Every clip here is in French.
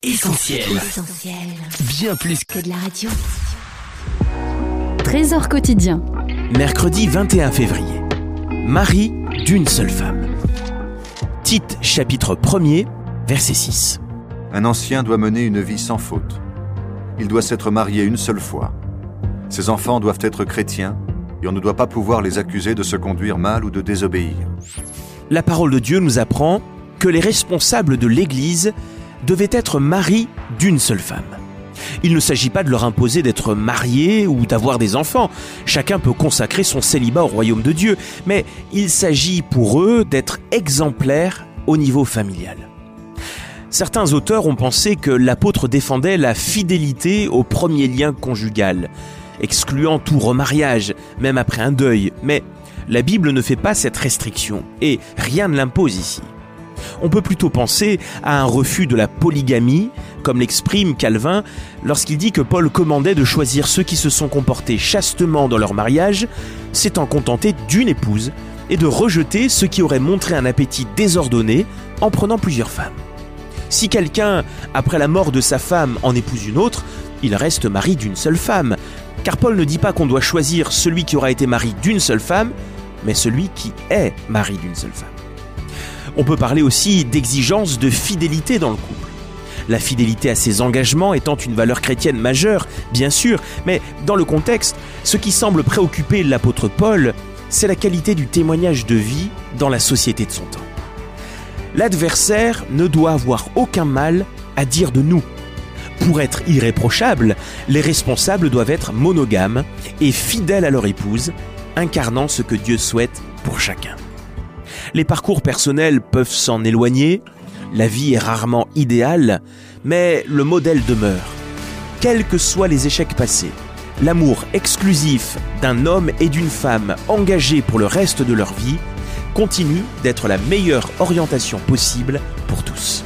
Essentiel. Bien plus que de la radio. Trésor quotidien. Mercredi 21 février. Marie d'une seule femme. Tite, chapitre 1er, verset 6. Un ancien doit mener une vie sans faute. Il doit s'être marié une seule fois. Ses enfants doivent être chrétiens et on ne doit pas pouvoir les accuser de se conduire mal ou de désobéir. La parole de Dieu nous apprend que les responsables de l'Église devaient être maris d'une seule femme. Il ne s'agit pas de leur imposer d'être mariés ou d'avoir des enfants. Chacun peut consacrer son célibat au royaume de Dieu, mais il s'agit pour eux d'être exemplaires au niveau familial. Certains auteurs ont pensé que l'apôtre défendait la fidélité au premier lien conjugal, excluant tout remariage, même après un deuil. Mais la Bible ne fait pas cette restriction, et rien ne l'impose ici. On peut plutôt penser à un refus de la polygamie, comme l'exprime Calvin lorsqu'il dit que Paul commandait de choisir ceux qui se sont comportés chastement dans leur mariage, s'étant contentés d'une épouse, et de rejeter ceux qui auraient montré un appétit désordonné en prenant plusieurs femmes. Si quelqu'un, après la mort de sa femme, en épouse une autre, il reste mari d'une seule femme, car Paul ne dit pas qu'on doit choisir celui qui aura été mari d'une seule femme, mais celui qui est mari d'une seule femme. On peut parler aussi d'exigence de fidélité dans le couple. La fidélité à ses engagements étant une valeur chrétienne majeure, bien sûr, mais dans le contexte, ce qui semble préoccuper l'apôtre Paul, c'est la qualité du témoignage de vie dans la société de son temps. L'adversaire ne doit avoir aucun mal à dire de nous. Pour être irréprochables, les responsables doivent être monogames et fidèles à leur épouse, incarnant ce que Dieu souhaite pour chacun. Les parcours personnels peuvent s'en éloigner, la vie est rarement idéale, mais le modèle demeure. Quels que soient les échecs passés, l'amour exclusif d'un homme et d'une femme engagés pour le reste de leur vie continue d'être la meilleure orientation possible pour tous.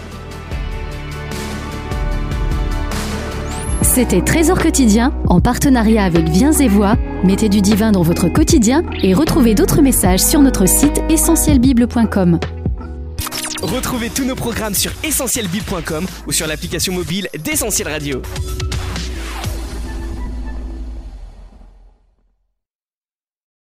C'était Trésor quotidien en partenariat avec Viens et Voix. Mettez du divin dans votre quotidien et retrouvez d'autres messages sur notre site essentielbible.com. Retrouvez tous nos programmes sur essentielbible.com ou sur l'application mobile d'Essentiel Radio.